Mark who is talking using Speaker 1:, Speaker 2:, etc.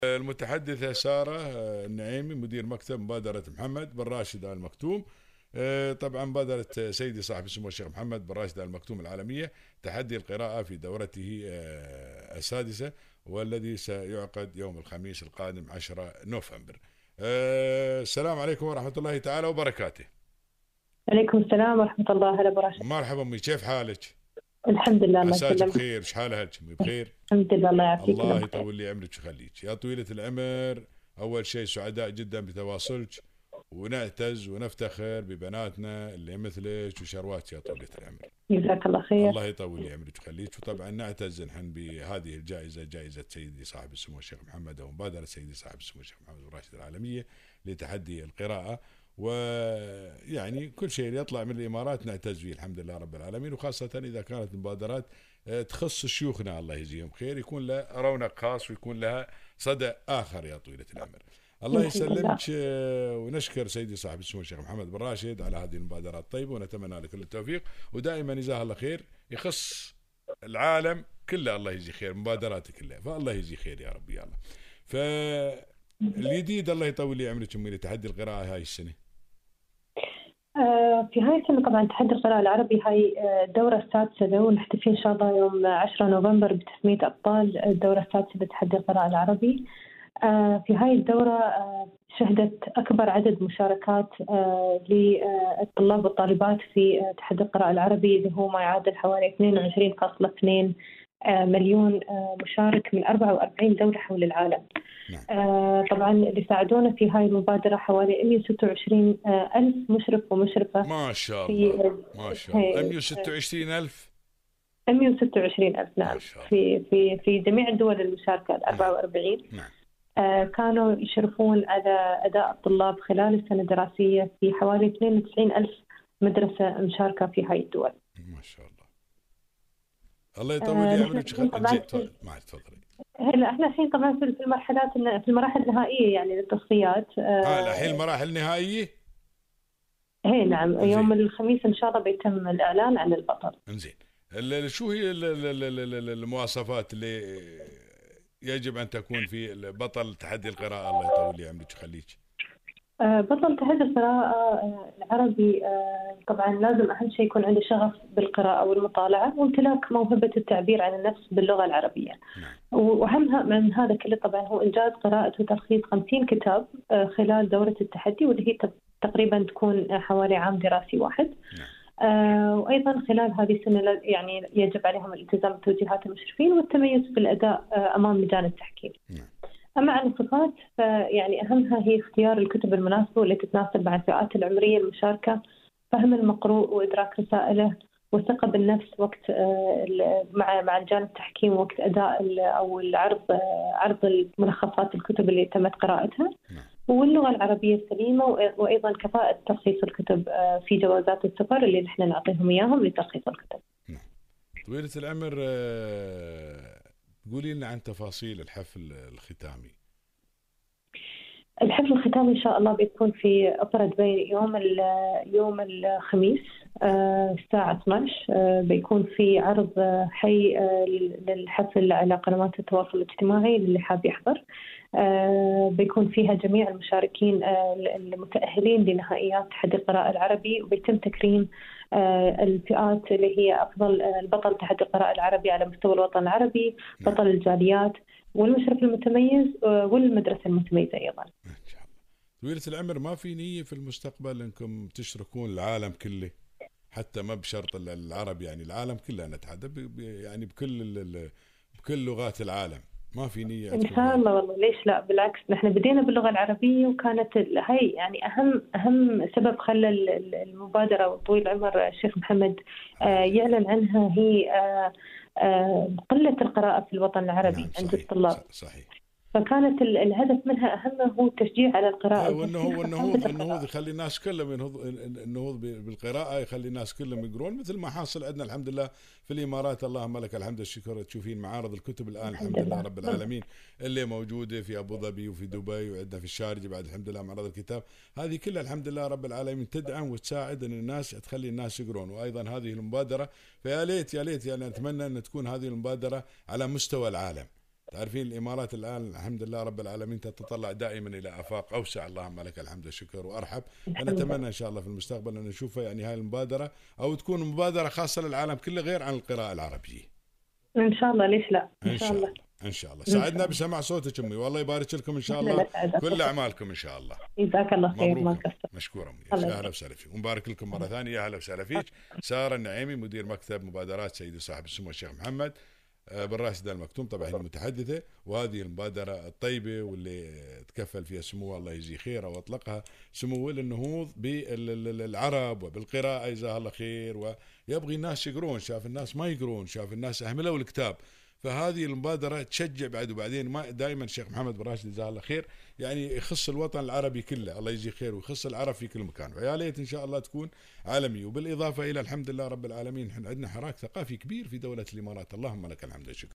Speaker 1: المتحدثة سارة النعيمي، مدير مكتب مبادرة محمد بن راشد آل مكتوم. طبعا مبادرة سيدي صاحب السمو الشيخ محمد بن راشد آل مكتوم العالمية، تحدي القراءة في دورته السادسة، والذي سيعقد يوم الخميس القادم 10 نوفمبر. السلام عليكم ورحمة الله تعالى وبركاته.
Speaker 2: عليكم السلام ورحمة الله وبركاته.
Speaker 1: مرحبا أمي، كيف حالك؟
Speaker 2: الحمد لله، الله
Speaker 1: عساك
Speaker 2: يسلمك.
Speaker 1: بخير، شحالك بخير؟
Speaker 2: الحمد لله، الله يعافيك.
Speaker 1: الله يطول لي عمرك ويخليك يا طويلة العمر. أول شيء سعداء جدا بتواصلك، ونعتز ونفتخر ببناتنا اللي مثلك وشرواتك يا طويلة العمر.
Speaker 2: جزاك الله خير.
Speaker 1: الله يطول لي عمرك ويخليك. وطبعا نعتز نحن بهذه الجائزة، جائزة سيدي صاحب السمو الشيخ محمد، أو مبادرة سيدي صاحب السمو الشيخ محمد بن راشد العالمية لتحدي القراءة. ويعني كل شيء يطلع من الإمارات نعتز به الحمد لله رب العالمين، وخاصة إذا كانت مبادرات تخص شيوخنا الله يجزيهم خير، يكون لها رونق خاص ويكون لها صدى آخر يا طويلة العمر. الله يسلمك. ونشكر سيدي صاحب السمو الشيخ محمد بن راشد على هذه المبادرات الطيبة، ونتمنى له كل التوفيق، ودائما جزاه الله خير، يخص العالم كله الله يجزي خير، مبادراته كلها، فالله يجزي خير يا رب يا الله. فالجديد الله يطول لي عمرك أمي لتحدي القراءة هاي السنة.
Speaker 2: في هاي السنة طبعا تحدي القراءة العربي هاي الدورة السادسة له، ونحتفل إن شاء الله يوم 10 نوفمبر بتسمية أبطال الدورة السادسة لتحدي القراءة العربي. في هاي الدورة شهدت أكبر عدد مشاركات للطلاب والطالبات في تحدي القراءة العربي، اللي هو ما يعادل حوالي 22.2 مليون مشارك من 44 دولة حول العالم. طبعا اللي ساعدونا في هاي المبادرة حوالي 126 ألف مشرف ومشرفة.
Speaker 1: ما شاء الله ما شاء الله، 126 ألف.
Speaker 2: 126 ألف، نعم. في جميع الدول المشاركة ال 44.
Speaker 1: نعم.
Speaker 2: كانوا يشرفون على أداء الطلاب خلال السنة الدراسية في حوالي 92 ألف مدرسة مشاركة في هاي الدول.
Speaker 1: ما شاء الله. الله يطول لي عمرك. تفضلي.
Speaker 2: هلا احنا الحين طبعا في المراحل النهائية يعني للتصفيات.
Speaker 1: الحين المراحل النهائية.
Speaker 2: هي نعم. يوم الخميس ان شاء الله بيتم الاعلان عن البطل.
Speaker 1: انزين، شو هي المواصفات اللي يجب ان تكون في بطل تحدي القراءة الله يطول لي عمرك ويخليك؟
Speaker 2: بطل تحدي القراءة العربي طبعا لازم أهم شيء يكون عنده شغف بالقراءة والمطالعة، وامتلاك موهبة التعبير عن النفس باللغة العربية. وأهمها من هذا كله طبعا هو إنجاز قراءة وتلخيص 50 كتاب خلال دورة التحدي، واللي هي تقريبا تكون حوالي عام دراسي واحد. وأيضا خلال هذه السنة يعني يجب عليهم الالتزام بتوجيهات المشرفين والتميز في الأداء أمام لجان التحكيم. أما عن الصفات فيعني أهمها هي اختيار الكتب المناسبة والتي تتناسب مع الفئات العمرية المشاركة، فهم المقروء وإدراك رسائله، والثقة بالنفس وقت مع لجان التحكيم وقت أداء أو عرض الملخصات الكتب اللي تمت قراءتها، واللغة العربية السليمة، وأيضا كفاءة تلخيص الكتب في جوازات السفر اللي نحن نعطيهم إياهم لتلخيص الكتب.
Speaker 1: طويلة العمر، قولي لنا عن تفاصيل الحفل الختامي.
Speaker 2: الحفل الختامي إن شاء الله بيكون في أوبرا دبي يوم الخميس الساعة 12. بيكون في عرض حي للحفل على قنوات التواصل الاجتماعي للي حاب يحضر. بيكون فيها جميع المشاركين المتأهلين لنهائيات تحدي القراءة العربي، وبيتم تكريم الفئات اللي هي أفضل البطل تحدي القراءة العربي على مستوى الوطن العربي، بطل الجاليات، والمشرف المتميز، والمدرسة المتميزة أيضا.
Speaker 1: طويلة العمر، ما في نية في المستقبل أنكم تشركون العالم كله، حتى ما بشرط العرب، يعني العالم كله نتحدث يعني بكل لغات العالم، ما في نية؟
Speaker 2: إن شاء الله والله، ليش لا، بالعكس نحن بدينا باللغة العربية، وكانت هاي يعني أهم سبب خلى المبادرة وطويل العمر الشيخ محمد يعلن عنها هي قلة القراءة في الوطن العربي عند الطلاب.
Speaker 1: صحيح.
Speaker 2: فكانت الهدف منها أهم هو التشجيع على القراءة،
Speaker 1: والنهوض يخلي الناس كلهم النهوض بالقراءة، يخلي الناس كلهم يقرون، مثل ما حاصل عندنا الحمد لله في الإمارات، اللهم لك الحمد الشكر. تشوفين معارض الكتب الآن الحمد لله رب العالمين اللي موجودة في أبو ظبي وفي دبي، وعندنا في الشارجة بعد الحمد لله معرض الكتاب. هذه كلها الحمد لله رب العالمين تدعم وتساعد أن الناس تخلي الناس يقرون. وأيضا هذه المبادرة، فيا ليت يعني أتمنى أن تكون هذه المبادرة على مستوى العالم، تعرفين الإمارات الآن الحمد لله رب العالمين تتطلع دائما إلى آفاق أوسع، اللهم لك الحمد والشكر وأرحب. فنتمنى إن شاء الله في المستقبل أن نشوفها يعني هاي المبادرة، أو تكون مبادرة خاصة للعالم كله غير عن القراءة العربية.
Speaker 2: إن شاء الله، ليش لا؟
Speaker 1: إن شاء الله. إن شاء الله. سعدنا بسمع صوتك أمي، والله يبارك لكم إن شاء الله كل أعمالكم إن شاء الله.
Speaker 2: جزاك الله خير.
Speaker 1: مبروك. مشكورة أمي. يا أهلا وسهلا فيك، ومبارك لكم مرة ثانية. يا أهلا وسهلا فيك. سارة النعيمي مدير مكتب مبادرات سيدي صاحب السمو الشيخ محمد بن راشد آل مكتوم، طبعا هي المتحدثة، وهذه المبادرة الطيبة واللي تكفل فيها سموه الله يجزيه خير وأطلقها سموه للنهوض بالعرب وبالقراءة جزاه الله خير، ويبغي الناس يقرون، شاف الناس ما يقرون، شاف الناس أهملوا الكتاب، فهذه المبادرة تشجع بعد. وبعدين ما دائما الشيخ محمد بن راشد جزاه الله خير يعني يخص الوطن العربي كله الله يجزيه خير، ويخص العرب في كل مكان، ويا ليت ان شاء الله تكون عالمية. وبالإضافة إلى الحمد لله رب العالمين احنا عندنا حراك ثقافي كبير في دولة الإمارات، اللهم لك الحمد والشكر.